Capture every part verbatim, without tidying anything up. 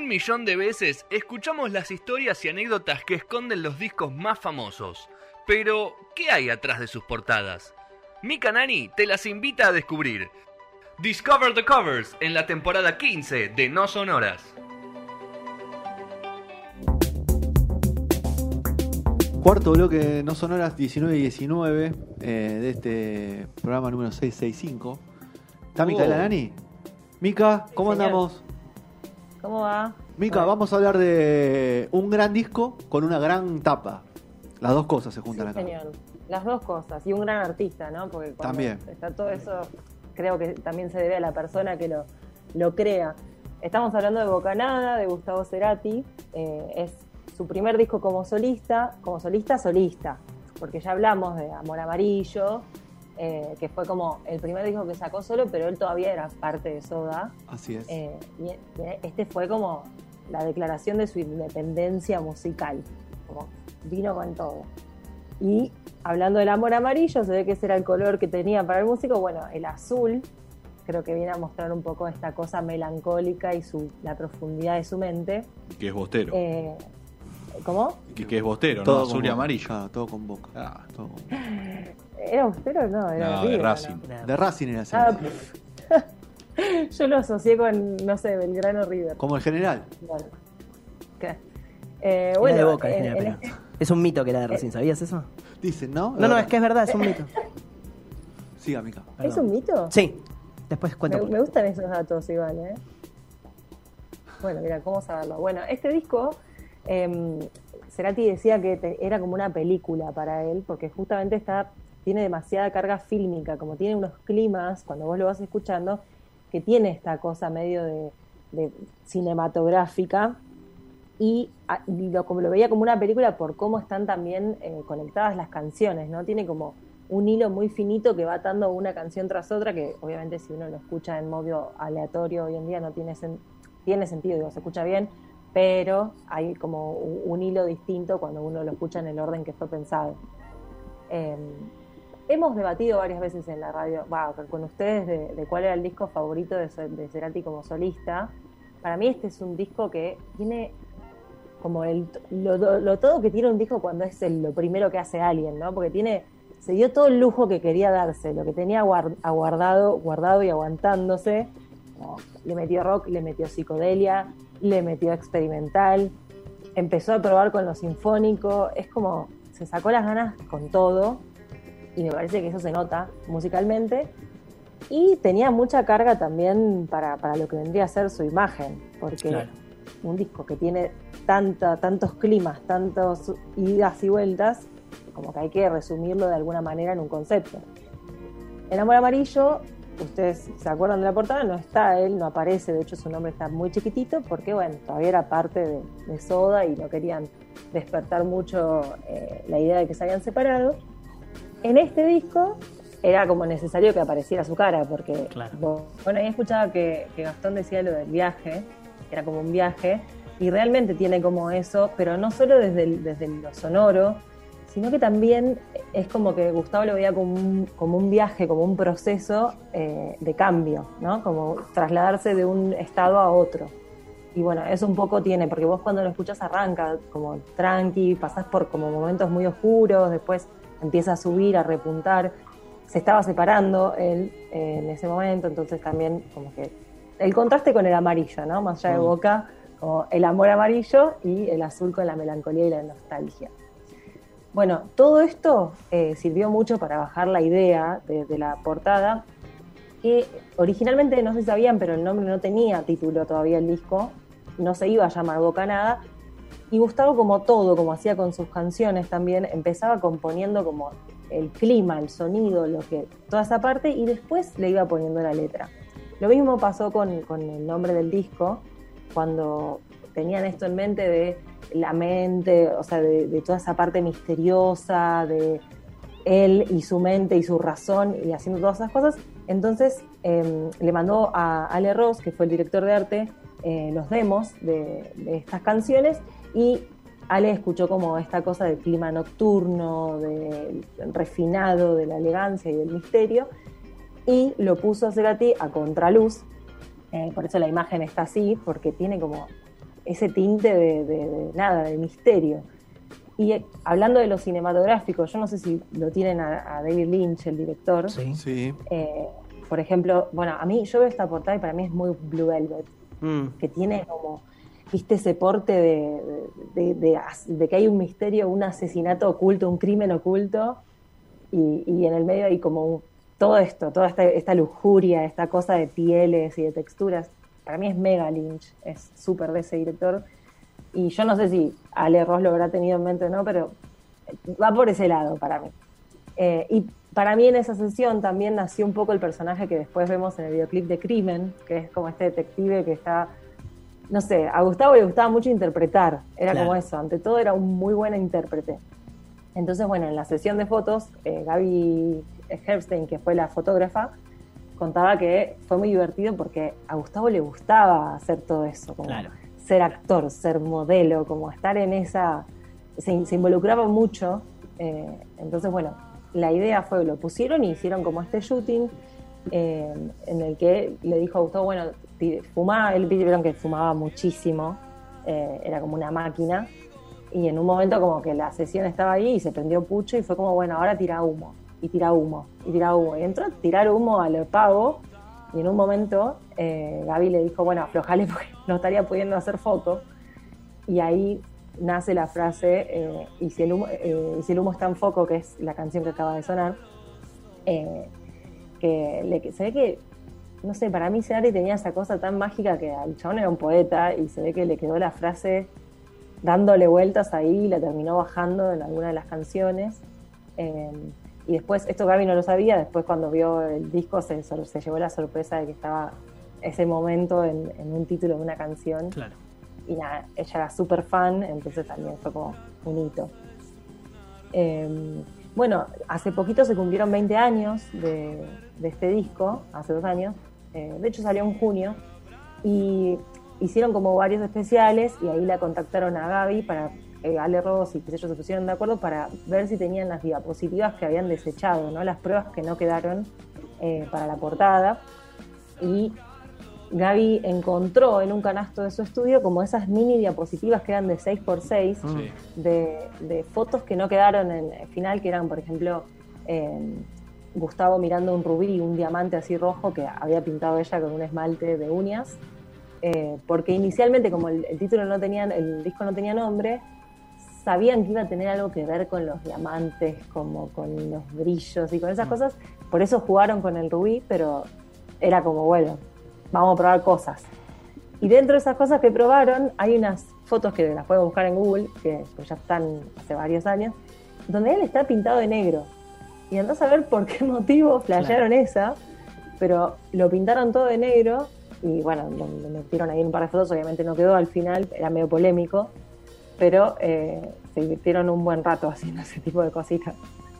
un millón de veces escuchamos las historias y anécdotas que esconden los discos más famosos. Pero, ¿qué hay atrás de sus portadas? Mika Nani te las invita a descubrir. Discover the Covers en la temporada quince de No Sonoras. Cuarto bloque de No Sonoras diecinueve y diecinueve eh, de este programa número seiscientos sesenta y cinco. ¿Está Micaela Oh. Nani? Mica, ¿cómo Sí, señor. andamos? ¿Cómo va? Mica, Bueno. vamos a hablar de un gran disco con una gran tapa. Las dos cosas se juntan Sí, acá. señor. Las dos cosas. Y un gran artista, ¿no? Porque cuando También. está todo eso, creo que también se debe a la persona que lo, lo crea. Estamos hablando de Bocanada, de Gustavo Cerati. Eh, es su primer disco como solista, como solista, solista. Porque ya hablamos de Amor Amarillo, eh, que fue como el primer disco que sacó solo, pero él todavía era parte de Soda. Así es. Eh, y este fue como la declaración de su independencia musical. Como vino con todo. Y hablando del Amor Amarillo, se ve que ese era el color que tenía para el músico. Bueno, el azul creo que viene a mostrar un poco esta cosa melancólica y su, la profundidad de su mente. Que es bostero. Eh, ¿Cómo? que, que es bostero, Todo ¿no? con Azul y Boca. amarillo. Claro, todo con Boca. Ah. Todo con Boca. ¿Era Austero o no? Era No, River, de Racing. ¿no? De Racing era Ah, así. pff. Yo lo asocié con, no sé, Belgrano River. Como el general. Bueno, ¿qué? Eh, Era bueno, de Boca, en- en general, en pero este- es un mito que era de Racing, ¿sabías eso? Dicen, ¿no? No, no, es que es verdad, es un mito. Siga, Mica. ¿Es un mito? Sí, después cuento. Me, por me qué. gustan esos datos igual, ¿eh? Bueno, mira, ¿cómo saberlo? Bueno, este disco, eh, Cerati decía que te- era como una película para él, porque justamente está, tiene demasiada carga fílmica, como tiene unos climas, cuando vos lo vas escuchando, que tiene esta cosa medio de, de cinematográfica, y, a- y lo, como lo veía como una película por cómo están también eh, conectadas las canciones, ¿no? Tiene como un hilo muy finito que va atando una canción tras otra, que obviamente si uno lo escucha en modo aleatorio hoy en día no tiene, sen- tiene sentido, digo, se escucha bien, pero hay como un, un hilo distinto cuando uno lo escucha en el orden que fue pensado. Eh, hemos debatido varias veces en la radio, bah, con ustedes, de, de cuál era el disco favorito de, So- de Cerati como solista. Para mí este es un disco que tiene como el, lo, lo- lo todo que tiene un disco cuando es el- lo primero que hace alguien, ¿no? Porque tiene, se dio todo el lujo que quería darse, lo que tenía guard- aguardado, guardado y aguantándose. Como le metió rock, le metió psicodelia, le metió experimental, empezó a probar con lo sinfónico, es como se sacó las ganas con todo y me parece que eso se nota musicalmente. Y tenía mucha carga también para, para lo que vendría a ser su imagen, porque Claro. un disco que tiene tanta, tantos climas, tantas idas y vueltas, como que hay que resumirlo de alguna manera en un concepto. En Amor Amarillo, ustedes se acuerdan de la portada, no está él, no aparece, de hecho su nombre está muy chiquitito, porque bueno, todavía era parte de, de Soda y no querían despertar mucho eh, la idea de que se habían separado. En este disco era como necesario que apareciera su cara, porque Claro. bo- bueno, ahí escuchaba que, que Gastón decía lo del viaje, que era como un viaje, y realmente tiene como eso, pero no solo desde, el- desde lo sonoro, sino que también es como que Gustavo lo veía como un, como un viaje, como un proceso eh, de cambio, ¿no? Como trasladarse de un estado a otro. Y bueno, eso un poco tiene, porque vos cuando lo escuchas arranca como tranqui, pasás por como momentos muy oscuros, después empieza a subir, a repuntar. Se estaba separando él eh, en ese momento, entonces también como que el contraste con el amarillo, ¿no? Más allá de Mm. Boca, como el amor amarillo y el azul con la melancolía y la nostalgia. Bueno, todo esto eh, sirvió mucho para bajar la idea de, de la portada, que originalmente, no sé si sabían, pero el nombre no tenía título todavía el disco, no se iba a llamar Bocanada, y Gustavo, como todo, como hacía con sus canciones también, empezaba componiendo como el clima, el sonido, lo que, toda esa parte, y después le iba poniendo la letra. Lo mismo pasó con, con el nombre del disco, cuando tenían esto en mente de la mente, o sea, de, de toda esa parte misteriosa, de él y su mente y su razón, y haciendo todas esas cosas. Entonces eh, le mandó a Ale Ross, que fue el director de arte, eh, los demos de, de estas canciones, y Ale escuchó como esta cosa del clima nocturno, del refinado, de la elegancia y del misterio, y lo puso a Cerati a contraluz. Eh, por eso la imagen está así, porque tiene como ese tinte de, de, de nada, de misterio. Y eh, hablando de lo cinematográfico, yo no sé si lo tienen a, a David Lynch, el director. Sí. Sí. Eh, por ejemplo, bueno, a mí, yo veo esta portada y para mí es muy Blue Velvet, Mm. que tiene como, viste, ese porte de, de, de, de, de que hay un misterio, un asesinato oculto, un crimen oculto, y, y en el medio hay como un, todo esto, toda esta, esta lujuria, esta cosa de pieles y de texturas. Para mí es mega Lynch, es súper de ese director. Y yo no sé si Ale Ross lo habrá tenido en mente o no, pero va por ese lado para mí. Eh, y para mí en esa sesión también nació un poco el personaje que después vemos en el videoclip de Crimen, que es como este detective que está, no sé, a Gustavo le gustaba mucho interpretar, era Claro. como eso, ante todo era un muy buen intérprete. Entonces, bueno, en la sesión de fotos, eh, Gaby Herbstein, que fue la fotógrafa, contaba que fue muy divertido porque a Gustavo le gustaba hacer todo eso, como Claro. ser actor, ser modelo, como estar en esa... Se, se involucraba mucho, eh, entonces, bueno, la idea fue, lo pusieron y hicieron como este shooting eh, en el que le dijo a Gustavo, bueno, fumaba, él vieron que fumaba muchísimo, eh, era como una máquina, y en un momento como que la sesión estaba ahí y se prendió pucho y fue como, bueno, ahora tira humo, y tira humo, y tira humo, y entró a tirar humo al pavo, y en un momento eh, Gaby le dijo, bueno, aflojale porque no estaría pudiendo hacer fotos, y ahí nace la frase eh, y, si el humo, eh, y si el humo está en foco, que es la canción que acaba de sonar, eh, que, le, que se ve que, no sé, para mí Cerati tenía esa cosa tan mágica que al chabón era un poeta y se ve que le quedó la frase dándole vueltas ahí y la terminó bajando en alguna de las canciones. Eh, y después, esto Gaby no lo sabía, después cuando vio el disco se, se llevó la sorpresa de que estaba ese momento en, en un título de una canción. Claro. Y nada, ella era súper fan, entonces también fue como un hito. Eh, bueno, hace poquito se cumplieron veinte años de, de este disco, hace dos años, eh, de hecho salió en junio, y hicieron como varios especiales, y ahí la contactaron a Gaby para, eh, Ale Ross y que ellos se pusieron de acuerdo para ver si tenían las diapositivas que habían desechado, ¿no? Las pruebas que no quedaron eh, para la portada, y Gaby encontró en un canasto de su estudio como esas mini diapositivas que eran de seis por seis Sí. de, de fotos que no quedaron en el final, que eran, por ejemplo, eh, Gustavo mirando un rubí y un diamante así rojo que había pintado ella con un esmalte de uñas, eh, porque inicialmente, como el, el título no tenía, el disco no tenía nombre, sabían que iba a tener algo que ver con los diamantes, como con los brillos y con esas cosas, por eso jugaron con el rubí, pero era como, bueno, vamos a probar cosas. Y dentro de esas cosas que probaron, hay unas fotos que las pueden buscar en Google, que pues ya están hace varios años, donde él está pintado de negro. Y andás a ver por qué motivo flashearon esa, pero lo pintaron todo de negro, y bueno, lo, lo metieron ahí en un par de fotos, obviamente no quedó al final, era medio polémico, pero eh, se divirtieron un buen rato haciendo ese tipo de cositas.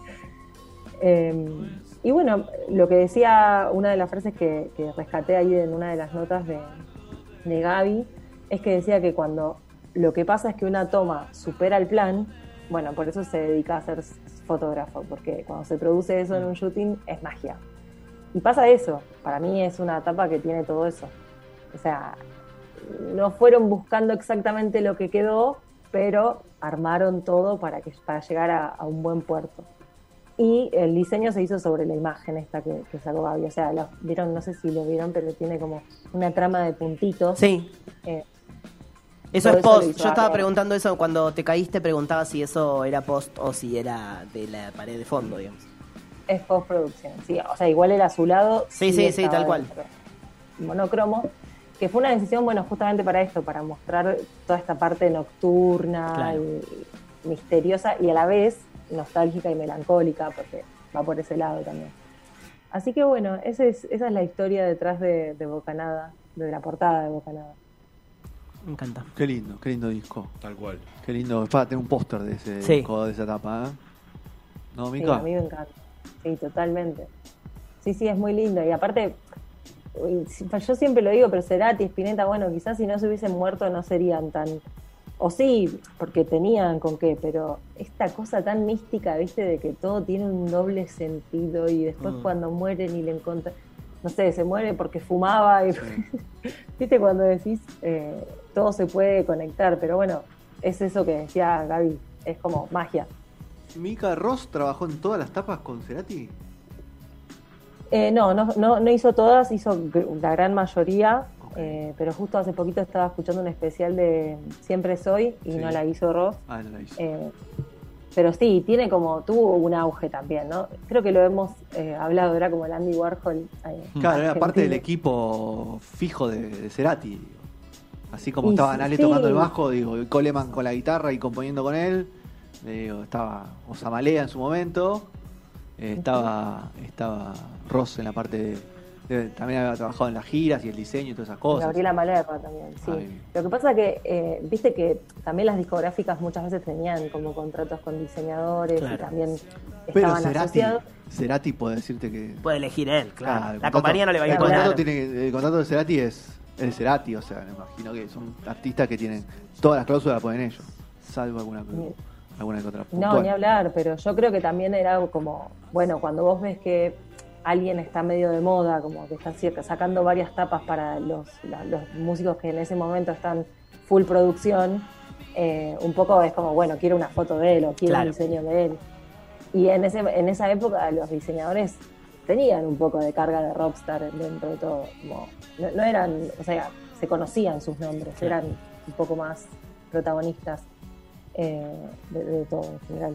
Eh, y bueno, lo que decía, una de las frases que, que rescaté ahí en una de las notas de, de Gaby, es que decía que cuando lo que pasa es que una toma supera el plan, bueno, por eso se dedica a ser fotógrafo, porque cuando se produce eso en un shooting es magia. Y pasa eso, para mí es una etapa que tiene todo eso. O sea, no fueron buscando exactamente lo que quedó, pero armaron todo para, que, para llegar a, a un buen puerto. Y el diseño se hizo sobre la imagen esta que, que sacó Gaby. O sea, lo, vieron, no sé si lo vieron, pero tiene como una trama de puntitos. Sí. Eh, Eso todo es eso lo post. hizo Yo estaba Gaby. preguntando eso cuando te caíste, preguntaba si eso era post o si era de la pared de fondo, digamos. Es postproducción, sí. O sea, igual el azulado. Sí, sí, sí, estaba tal cual. dentro. Monocromo, que fue una decisión, bueno, justamente para esto, para mostrar toda esta parte nocturna Claro. y misteriosa y a la vez nostálgica y melancólica, porque va por ese lado también. Así que bueno, ese es, esa es la historia detrás de, de Bocanada, de la portada de Bocanada. Me encanta. Qué lindo, qué lindo disco. Tal cual. Qué lindo. Es para tener un póster de ese Sí. disco, de esa etapa, ¿eh? ¿No, Sí, Mica? a mí me encanta. Sí, totalmente. Sí, sí, es muy lindo. Y aparte, uy, yo siempre lo digo, pero Cerati, Spinetta, bueno, quizás si no se hubiesen muerto no serían tan... O sí, porque tenían con qué, pero esta cosa tan mística, ¿viste? De que todo tiene un doble sentido y después Mm. cuando mueren y le encuentran... No sé, se muere porque fumaba y... ¿Viste? Cuando decís... Eh, todo se puede conectar, pero bueno, es eso que decía Gaby, es como magia. ¿Mica Ross trabajó en todas las tapas con Cerati? Eh, no, no, no, no hizo todas, hizo gr- la gran mayoría, Okay. eh, pero justo hace poquito estaba escuchando un especial de Siempre Soy y Sí. no la hizo Ross. Ah, no la hizo. Eh, pero sí, tiene como, tuvo un auge también, ¿no? Creo que lo hemos eh, hablado, era como el Andy Warhol. eh, Claro, era parte del argentino. equipo fijo de, de Cerati. Digo. Así como Y estaba sí, Nale sí. tocando el bajo, digo, y Coleman con la guitarra y componiendo con él. Le digo, estaba Osamalea en su momento. eh, estaba, estaba Ross en la parte de, de- también había trabajado en las giras y el diseño y todas esas cosas. Gabriela Malerba también, sí. Ay. Lo que pasa que, eh, viste que también las discográficas muchas veces tenían como contratos con diseñadores Claro. y también Pero estaban Cerati, asociados. Cerati puede decirte que Puede elegir él, claro. Claro, el La contrato- compañía no le va a el imponer. contrato, tiene, el contrato de Cerati es el Cerati, o sea, me imagino que son artistas que tienen todas las cláusulas las ponen ellos, salvo alguna Ni- alguna que otra No, puntual. ni hablar, pero yo creo que también era como, bueno, cuando vos ves que alguien está medio de moda, como que está cier- sacando varias tapas para los, la- los músicos que en ese momento están full producción, eh, un poco es como, bueno, quiero una foto de él o quiero Claro. un diseño de él. Y en, ese, en esa época los diseñadores tenían un poco de carga de rockstar dentro de todo. Como, no, no eran, o sea, se conocían sus nombres, Claro. eran un poco más protagonistas eh, de, de todo en general.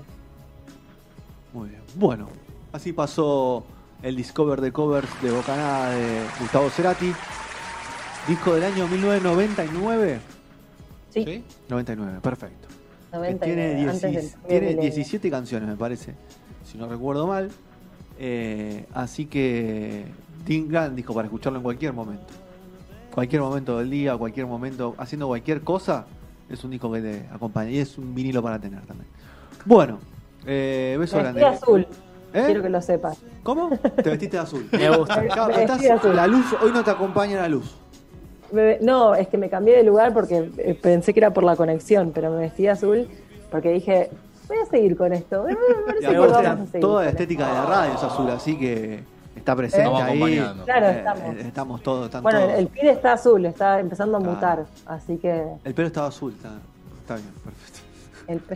Muy bien. Bueno, así pasó el Discover de Covers de Bocanada de Gustavo Cerati, disco del año mil novecientos noventa y nueve. Sí, noventa y nueve, perfecto. Que noventa y tiene, nueve, antes del diecis- cambio de tiene milenio. diecisiete canciones, me parece, si no recuerdo mal. Eh, así que Tim Gran dijo para escucharlo en cualquier momento. Cualquier momento del día, cualquier momento, haciendo cualquier cosa, es un disco que te acompaña y es un vinilo para tener también. Bueno, eh, beso Me grande. vestí azul, ¿Eh? quiero que lo sepas. ¿Cómo? Te vestiste de azul. Me gusta. Claro, Me estás- vestí de azul. la luz, hoy no te acompaña la luz. Me- no, es que me cambié de lugar porque eh, pensé que era por la conexión, pero me vestí de azul porque dije, voy a seguir con esto. Me parece Y que aparte, vamos a seguir toda la con estética de la radio es azul, así que está presente Estamos ahí. acompañando. Claro, Eh, estamos. eh, estamos todos. están Bueno, el, todos. el feed está azul, está empezando a Claro. mutar, así que El pelo estaba azul, está, está bien, perfecto. el, pe-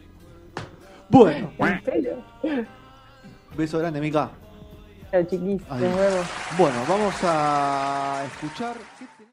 Bueno, el pelo. beso grande, Mica. Chao, chiquis, Adiós. nos vemos. Bueno, vamos a escuchar. ¿Qué